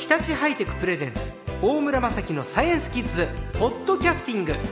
日立ハイテクプレゼンツ大村雅樹のサイエンスキッズポッドキャスティング。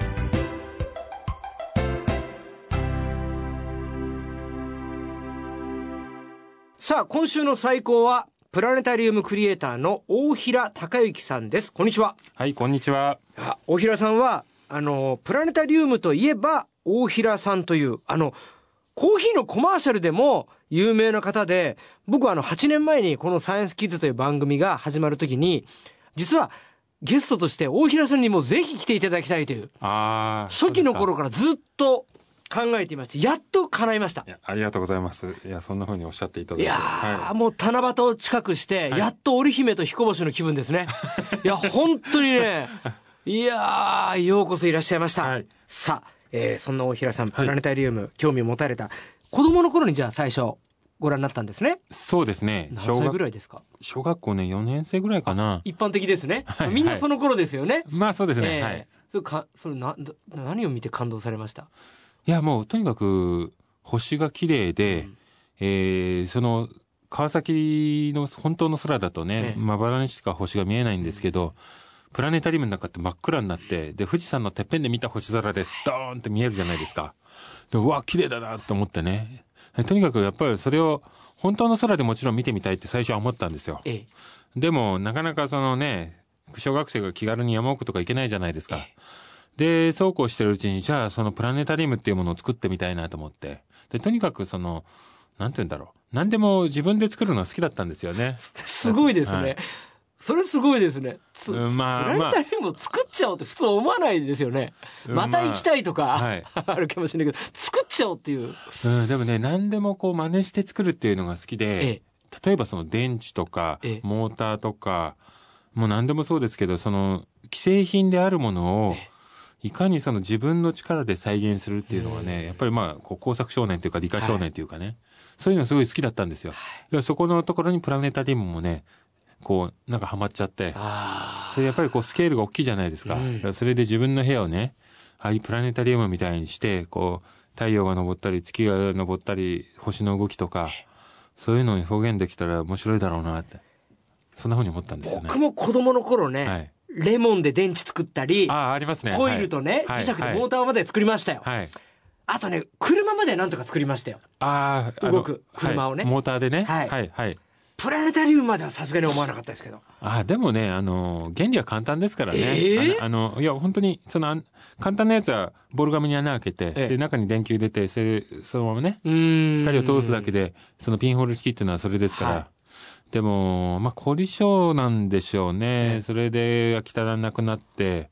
さあ、今週の最高はプラネタリウムクリエイターの大平隆之さんです。こんにちは。 はい、こんにちは。 大平さんはプラネタリウムといえば大平さんというコーヒーのコマーシャルでも有名な方で、僕は8年前にこのサイエンスキッズという番組が始まるときに、実はゲストとして大平さんにもぜひ来ていただきたいという、初期の頃からずっと考えていまして、やっと叶いました。 ありがとうございます。いや、そんな風におっしゃっていただいて。 もう七夕を近くして、やっと織姫と彦星の気分ですね。いや、本当にね、ようこそいらっしゃいました。さあ、そんな大平さん、プラネタリウム、興味を持たれた。子供の頃にじゃあ最初ご覧になったんですね。 そうですね。 何歳ぐらいですか？ 小学校ね、4年生ぐらいかな。 一般的ですね。みんなその頃ですよね。 まあそうですね。 それ何を見て感動されました？ いや、もうとにかく星が綺麗で、その川崎の本当の空だとね、まばらにしか星が見えないんですけど、プラネタリウムの中って真っ暗になって、で、富士山のてっぺんで見た星空です。ドーンって見えるじゃないですか。で、うわ、綺麗だなと思ってね。とにかくやっぱりそれを本当の空でもちろん見てみたいって最初は思ったんですよ。でも、なかなかそのね、小学生が気軽に山奥とか行けないじゃないですか。で、そうこうしてるうちに、じゃあそのプラネタリウムっていうものを作ってみたいなと思って。で、とにかくなんて言うんだろう。何でも自分で作るのが好きだったんですよね。 すごいですね。それすごいですね。プラネタリウムを作っちゃおうって普通思わないですよね。また行きたいとか、あるかもしれないけど、作っちゃおうっていう。 でもね、何でもこう真似して作るっていうのが好きで、例えばその電池とか、モーターとか、もう何でもそうですけど、その既製品であるものを、いかにその自分の力で再現するっていうのがね、やっぱり工作少年というか理科少年というかね、そういうのがすごい好きだったんですよ。そこのところにプラネタリウムもね、なんかハマっちゃって、それやっぱりスケールが大きいじゃないですか。それで自分の部屋をね、ああいうプラネタリウムみたいにして、太陽が昇ったり、月が昇ったり、星の動きとか、そういうのに表現できたら面白いだろうなって、そんな風に思ったんですよね。 僕も子供の頃ね、レモンで電池作ったり、 ありますね。 コイルとね、磁石でモーターまで作りましたよ。あとね、車までなんとか作りましたよ。動く車をね。 モーターでね。 プラネタリウムまではさすがに思わなかったですけど。 でもね、原理は簡単ですからね。いや、本当に、簡単なやつは、ボールガムに穴開けて、で、中に電球入れて、そのままね、光を通すだけで、そのピンホール式っていうのはそれですから。でも、凝り性なんでしょうね。それで飽き足らなくなって、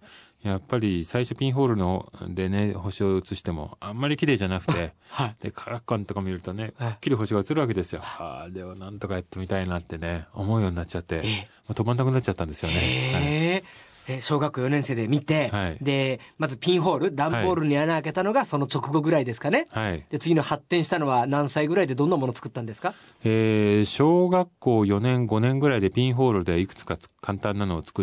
やっぱり最初ピンホールでね、星を映してもあんまり綺麗じゃなくて、で、カラッカンとか見るとね、くっきり星が映るわけですよ。ではなんとかやってみたいなってね、思うようになっちゃって、もう止まんなくなっちゃったんですよね。 小学校4年生で見て、で、まずピンホール、段ボールに穴開けたのがその直後ぐらいですかね。で、次の発展したのは何歳ぐらいでどんなものを作ったんですか？ 小学校4年、5年ぐらいでピンホールでいくつか簡単なのを作って、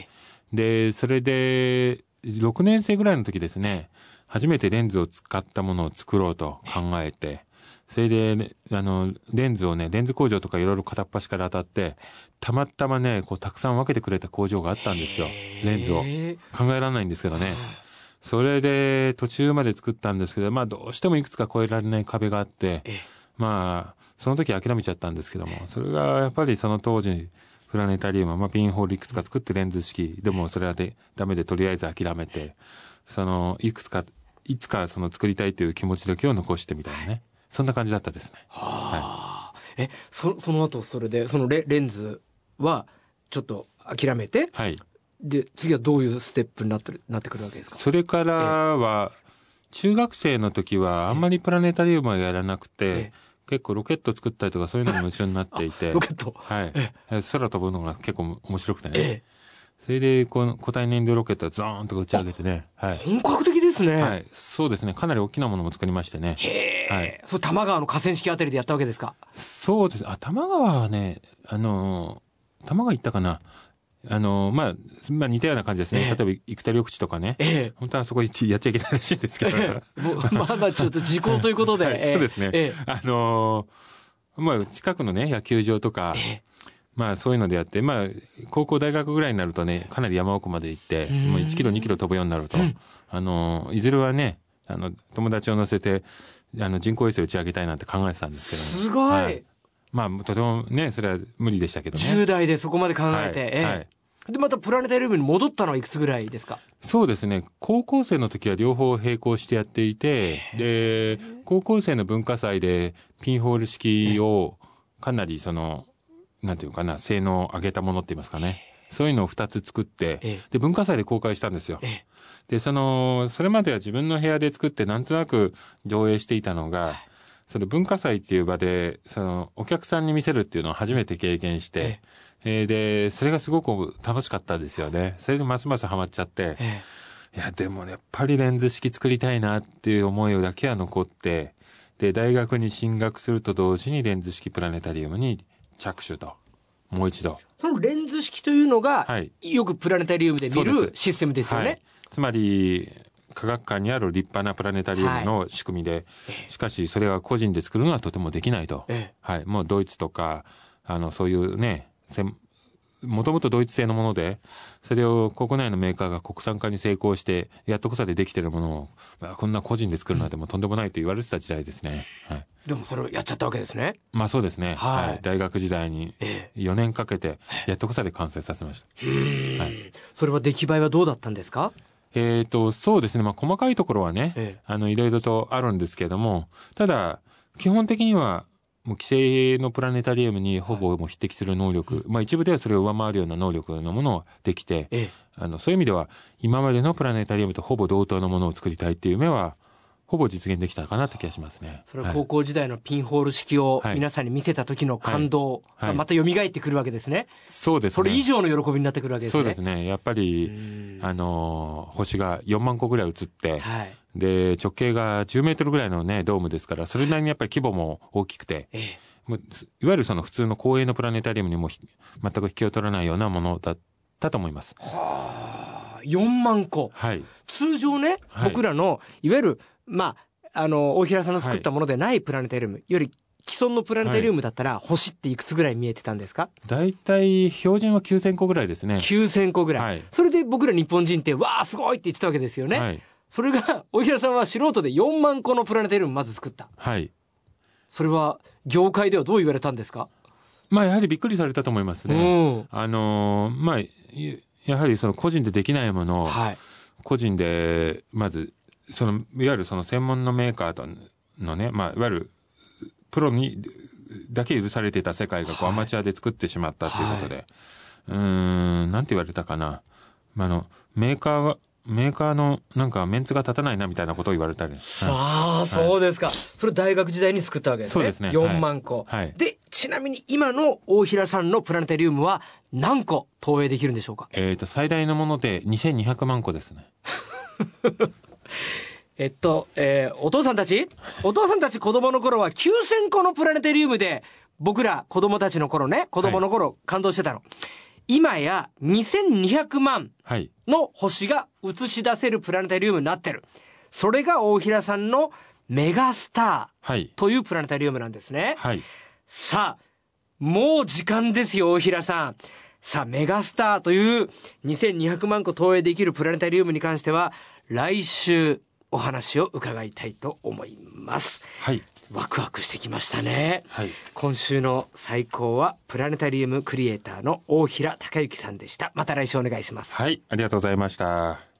で、それで、6年生ぐらいの時ですね、初めてレンズを使ったものを作ろうと考えて、それで、レンズ工場とかいろいろ片っ端から当たって、たまたまね、たくさん分けてくれた工場があったんですよ。レンズを。考えられないんですけどね。それで、途中まで作ったんですけど、どうしてもいくつか越えられない壁があって、その時諦めちゃったんですけども、それがやっぱりその当時、プラネタリウム、ピンホールいくつか作ってレンズ式、でもそれはダメでとりあえず諦めて、いつか作りたいという気持ちだけを残してみたいなね。そんな感じだったですね。 その後、それで、そのレンズはちょっと諦めて、で、次はどういうステップになってくるわけですか？ それからは、中学生の時はあんまりプラネタリウムはやらなくて、結構ロケット作ったりとかそういうのに夢中になっていて。 ロケット？ 空飛ぶのが結構面白くてね。それで、固体燃料ロケットをゾーンと打ち上げてね。 本格的ですね。 そうですね。かなり大きなものも作りましてね。 それ多摩川の河川敷あたりでやったわけですか？ そうです。多摩川はね、多摩川行ったかな。似たような感じですね。例えば、生田緑地とかね。本当はそこやっちゃいけないらしいんですけど。 ちょっと時効ということで。 そうですね。近くのね、野球場とか、 まあそういうのでやって、まあ高校大学ぐらいになるとね、かなり山奥まで行って、もう1キロ2キロ飛ぶようになると、いずれはね、友達を乗せて、人工衛星を打ち上げたいなんて考えてたんですけども。 すごい。 はい、まあとてもね、それは無理でしたけどね。 10代でそこまで考えて。はい。で、またプラネタリウムに戻ったのはいくつぐらいですか？ そうですね。高校生の時は両方並行してやっていて、で、高校生の文化祭でピンホール式をかなりなんていうかな、性能を上げたものって言いますかね。そういうのを2つ作って、で、文化祭で公開したんですよ。で、それまでは自分の部屋で作ってなんとなく上映していたのが、その文化祭っていう場で、お客さんに見せるっていうのを初めて経験して、で、それがすごく楽しかったですよね。それでますますハマっちゃって、いや、でもやっぱりレンズ式作りたいなっていう思いだけは残って、で、大学に進学すると同時にレンズ式プラネタリウムに着手と、もう一度。 そのレンズ式というのが、よくプラネタリウムで見るシステムですよね。 つまり、科学館にある立派なプラネタリウムの仕組みで、しかしそれは個人で作るのはとてもできないと。もうドイツとか、そういうね、もともとドイツ製のもので、それを国内のメーカーが国産化に成功して、やっとこさでできてるものを、こんな個人で作るなんてもうとんでもないと言われてた時代ですね。 でもそれをやっちゃったわけですね。 まあそうですね。大学時代に4年かけて、やっとこさで完成させました。 それは出来栄えはどうだったんですか？ そうですね。まあ細かいところはね、いろいろとあるんですけれども、ただ、基本的には、もう既成のプラネタリウムにほぼもう匹敵する能力、まあ一部ではそれを上回るような能力のものができて、そういう意味では今までのプラネタリウムとほぼ同等のものを作りたいっていう夢はほぼ実現できたかなって気がしますね。 それは高校時代のピンホール式を皆さんに見せた時の感動がまた蘇ってくるわけですね。 そうですね。 それ以上の喜びになってくるわけですね。 そうですね。やっぱり星が4万個ぐらい映って、で直径が10メートルぐらいのねドームですから、それなりにやっぱり規模も大きくて、いわゆる普通の公営のプラネタリウムにも全く引けを取らないようなものだったと思います。 はあ、4万個。通常ね、僕らのいわゆる大平さんの作ったものでないプラネタリウムより既存のプラネタリウムだったら星っていくつぐらい見えてたんですか？ だいたい標準は9000個ぐらいですね。 9000個ぐらい。それで僕ら日本人ってわーすごいって言ってたわけですよね。それが大平さんは素人で4万個のプラネタリウムまず作った。それは業界ではどう言われたんですか？ まあやはりびっくりされたと思いますね。まあやはり個人でできないものを個人でまずいわゆる専門のメーカーとのね、まあいわゆるプロにだけ許されていた世界がアマチュアで作ってしまったっていうことで、なんて言われたかな、メーカーのなんかメンツが立たないなみたいなことを言われたり。 そうですか。それ大学時代に作ったわけですね。 そうですね。 4万個。で、ちなみに今の大平さんのプラネタリウムは何個投影できるんでしょうか？ 最大のもので2200万個ですね。 お父さんたち子供の頃は9000個のプラネタリウムで僕ら子供たちの頃ね、子供の頃感動してたの。今や2200万の星が映し出せるプラネタリウムになってる。それが大平さんのメガスターというプラネタリウムなんですね。さあ、もう時間ですよ、大平さん。さあ、メガスターという2200万個投影できるプラネタリウムに関しては、来週お話を伺いたいと思います。ワクワクしてきましたね。今週の最高はプラネタリウムクリエイターの大平隆之さんでした。また来週お願いします。 ありがとうございました。